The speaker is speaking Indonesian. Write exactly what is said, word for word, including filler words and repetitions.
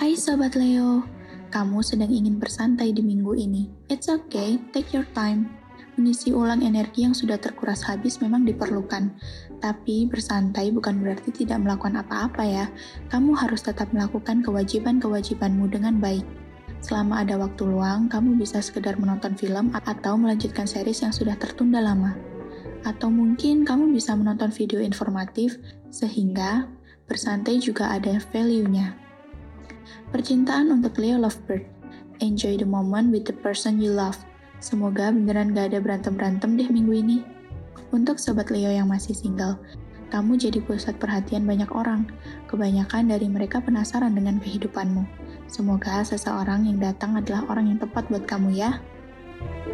Hai Sobat Leo, kamu sedang ingin bersantai di minggu ini. It's okay, take your time. Mengisi ulang energi yang sudah terkuras habis memang diperlukan. Tapi bersantai bukan berarti tidak melakukan apa-apa ya. Kamu harus tetap melakukan kewajiban-kewajibanmu dengan baik. Selama ada waktu luang, kamu bisa sekedar menonton film atau melanjutkan series yang sudah tertunda lama. Atau mungkin kamu bisa menonton video informatif, sehingga bersantai juga ada value-nya. Percintaan untuk Leo Lovebird. Enjoy the moment with the person you love. Semoga beneran gak ada berantem-berantem deh minggu ini. Untuk Sobat Leo yang masih single, kamu jadi pusat perhatian banyak orang. Kebanyakan dari mereka penasaran dengan kehidupanmu. Semoga seseorang yang datang adalah orang yang tepat buat kamu ya.